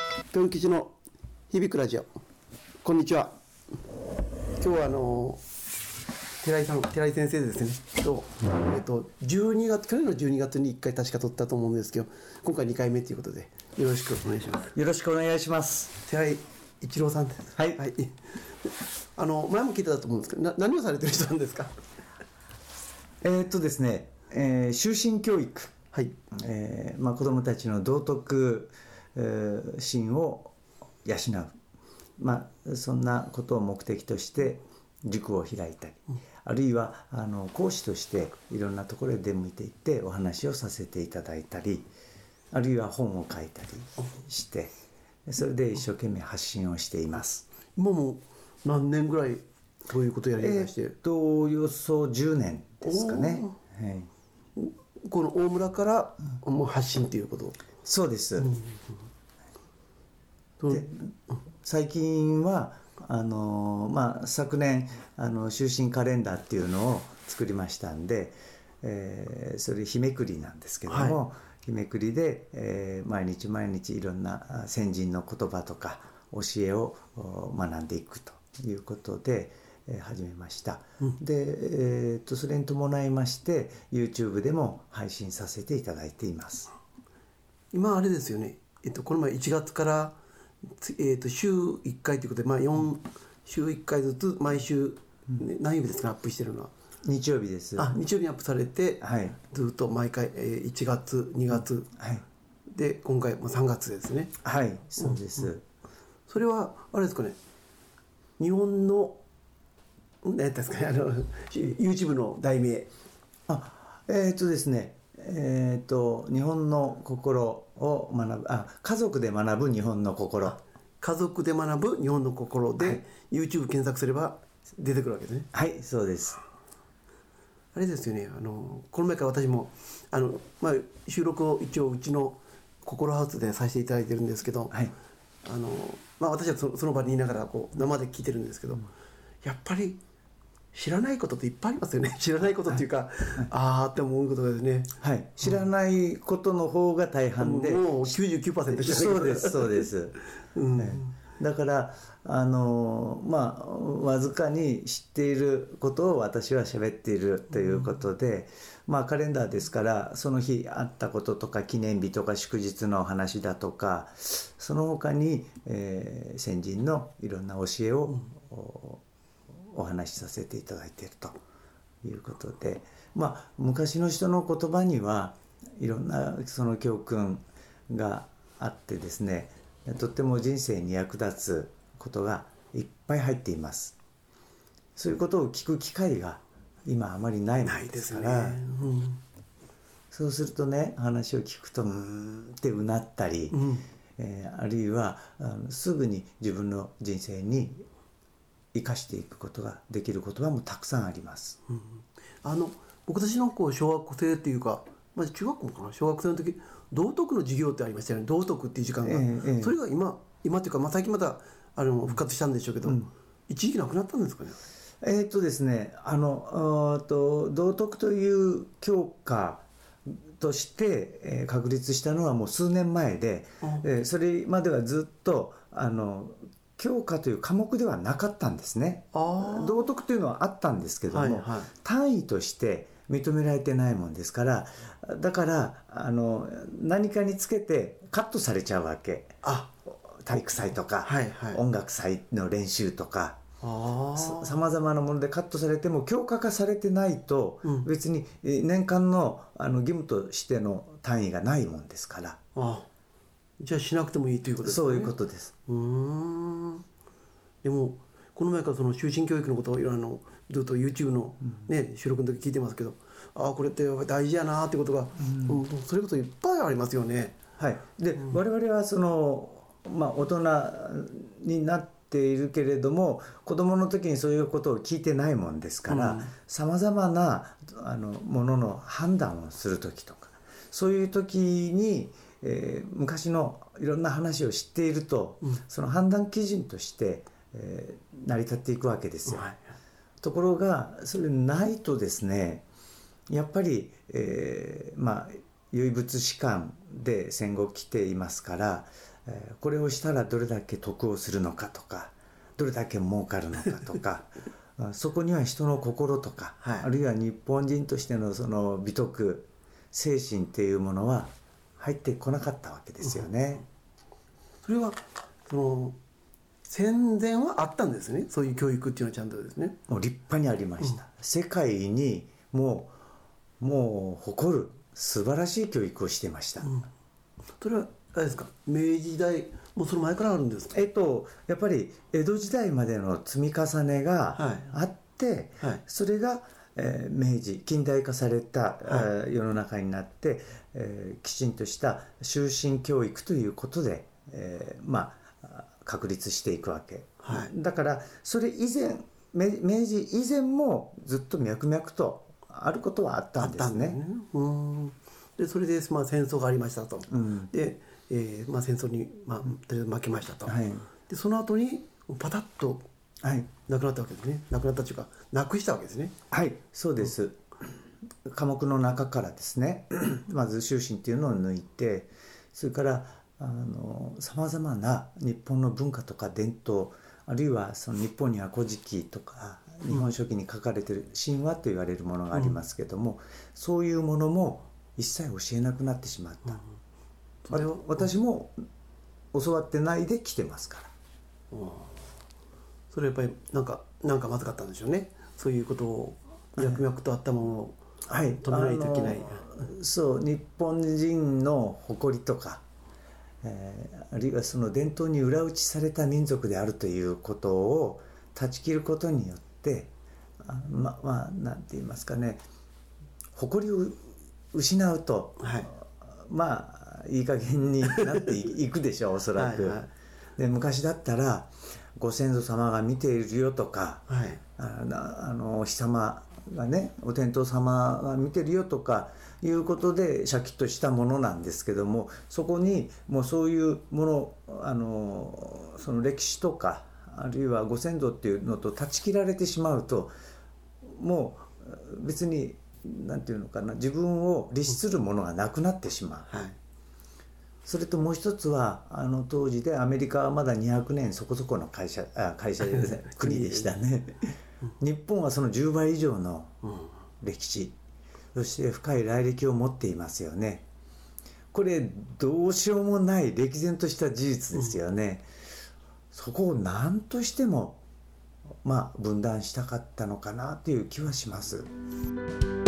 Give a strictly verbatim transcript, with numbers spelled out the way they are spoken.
ぴょん吉の響くラジオ、こんにちは。今日はあの寺井さん、寺井先生ですねと、えっと、じゅうにがつ、去年のじゅうにがつにいっかい確か撮ったと思うんですけど、今回にかいめということでよろしくお願いします。 よろしくお願いします。 寺井一郎さんです。 はい、 はい、あの前も聞いてたと思うんですけど、な何をされてる人なんですか？ えー、っとですね、えー、終身教育、 はい、 えーまあ、子どもたちの道徳、えー、心を養う、まあ、そんなことを目的として塾を開いたり、うん、あるいはあの講師としていろんなところへ出向いていってお話をさせていただいたり、あるいは本を書いたりして、それで一生懸命発信をしています。 今も何年ぐらいそういうことをやりまして？ えー、っとおよそじゅうねんですかね。はい、 この大村からもう発信ということ？ そうです、うんうん、 で最近はあの、まあ、昨年あの就寝カレンダーっていうのを作りましたんで、えー、それ日めくりなんですけども、はい、日めくりで、えー、毎日毎日いろんな先人の言葉とか教えを学んでいくということで始めました、うん、で、えー、とそれに伴いまして YouTube でも配信させていただいています。 今あれですよね、えっと、この前いちがつから、えー、と週いっかいということで、まあ、よん、うん、週いっかいずつ毎週、ね、何曜日ですか、アップしてるのは？ 日曜日です。 あ、日曜日にアップされて、 はい、 ずっと毎回、えー、いちがつにがつ、はい、で今回もさんがつですね。 はい、そうです、うんうん、 それはあれですかね、日本の何ですかね、あの YouTube の題名？ あ、えー、っとですねえー、っと日本の心を学ぶ、あ、家族で学ぶ日本の心、 家族で学ぶ日本の心で、はい、YouTube 検索すれば出てくるわけですね。 はい、そうです。 あれですよね、あのこの前から私もあの、まあ、収録を一応うちの心ハウスでさせていただいてるんですけど、はい、あのまあ、私は そ, その場にいながらこう生で聞いてるんですけど、うん、やっぱり知らないことっていっぱいありますよね。知らないことっていうか、はい、あーって思うことがですね、 はい、知らないことの方が大半で、 うん、もう きゅうじゅうきゅうパーセント 知らないこと。 そうですそうです、うんね、だからあのまあわずかに知っていることを私は喋っているということで、うん、まあカレンダーですからその日あったこととか記念日とか祝日の話だとか、その他に、えー、先人のいろんな教えを、うんお話しさせていただいているということで、まあ、昔の人の言葉にはいろんなその教訓があってですね、とっても人生に役立つことがいっぱい入っています。そういうことを聞く機会が今あまりないものですから、ね、うん、そうするとね、話を聞くとうーんってうなったり、うん、えー、あるいはあのすぐに自分の人生に生かしていくことができる言葉もたくさんあります、 うん、あの僕たちのこう小学生っていうか、まず中学校かな、小学生の時道徳の授業ってありましたよね。道徳っていう時間が、えーえー、それが今今っていうか、まあ、最近またあの復活したんでしょうけど、うん、一時期なくなったんですかね。 えー、っとですねあのあと道徳という教科として、えー、確立したのはもう数年前で、うん、えー、それまではずっとあの教科という科目ではなかったんですね。道徳というのはあったんですけども、はいはい、単位として認められてないもんですから、だからあの何かにつけてカットされちゃうわけ。あ、体育祭とか、はいはい、音楽祭の練習とか、さまざまなものでカットされても教科化されてないと、うん、別に年間 の, あの義務としての単位がないもんですから。 あ、じゃあしなくてもいいということですね。 そういうことです。 うーん、でもこの前からその終身教育のことをいろいろずっと YouTube の、ね、うん、収録の時聞いてますけど、ああこれって大事やなってことが、うん、それこそいっぱいありますよね。 はい、で、うん、我々はその、まあ、大人になっているけれども子どもの時にそういうことを聞いてないもんですからさまざまなあのものの判断をする時とかそういう時に、えー、昔のいろんな話を知っていると、うん、その判断基準として、えー、成り立っていくわけですよ、はい、ところがそれないとですねやっぱり、えー、まあ唯物史観で戦後来ていますからえー、これをしたらどれだけ得をするのかとか、どれだけ儲かるのかとかそこには人の心とか、はい、あるいは日本人としてのその美徳精神っていうものは入ってこなかったわけですよね、 うん、それはその戦前はあったんですね、そういう教育っていうのはちゃんとですね。 もう立派にありました、うん、世界にもうもう誇る素晴らしい教育をしてました、うん、 それはあれですか、明治時代もうその前からあるんですか。 えっとやっぱり江戸時代までの積み重ねがあって、はいはい、それが、えー、明治近代化された、はい、えー、世の中になって、えー、きちんとした終身教育ということで、えー、まあ確立していくわけ、はい、だからそれ以前明治以前もずっと脈々とあることはあったんですね。 あったんですね。うん、でそれで、まあ、戦争がありましたと、うん、でえーまあ、戦争に、まあ、とりあえず負けましたと、はい、でその後にパタッと亡くなったわけですね。亡くなったというかなくしたわけですね。 はいそうです、うん、科目の中からですねまず修身っていうのを抜いて、それからさまざまな日本の文化とか伝統、あるいはその日本には古事記とか日本書紀に書かれている神話と言われるものがありますけども、うん、そういうものも一切教えなくなってしまった、うん、それを私も教わってないで来てますから、うん、 それやっぱりなんかなんかまずかったんでしょうね。そういうことを脈々とあったものを止めないといけない、はい、 そう日本人の誇りとか、えー、あるいはその伝統に裏打ちされた民族であるということを断ち切ることによってあままあなんて言いますかね、誇りを失うと、はい、まあいい加減になっていくでしょうおそらくはい、はい、で昔だったらご先祖様が見ているよとか、はい、ああのお日様がね、お天道様が見てるよとかいうことでシャキッとしたものなんですけども、そこにもうそういうもの、あのその歴史とかあるいはご先祖っていうのと断ち切られてしまうと、もう別になんていうのかな、自分を律するものがなくなってしまう、はい、それともう一つはあの当時でアメリカはまだにひゃくねんそこそこの会社あ会社ですね国でしたね日本はそのじゅうばい以上の歴史、そして深い来歴を持っていますよね。これどうしようもない歴然とした事実ですよね、うん、そこを何としてもまあ分断したかったのかなという気はします。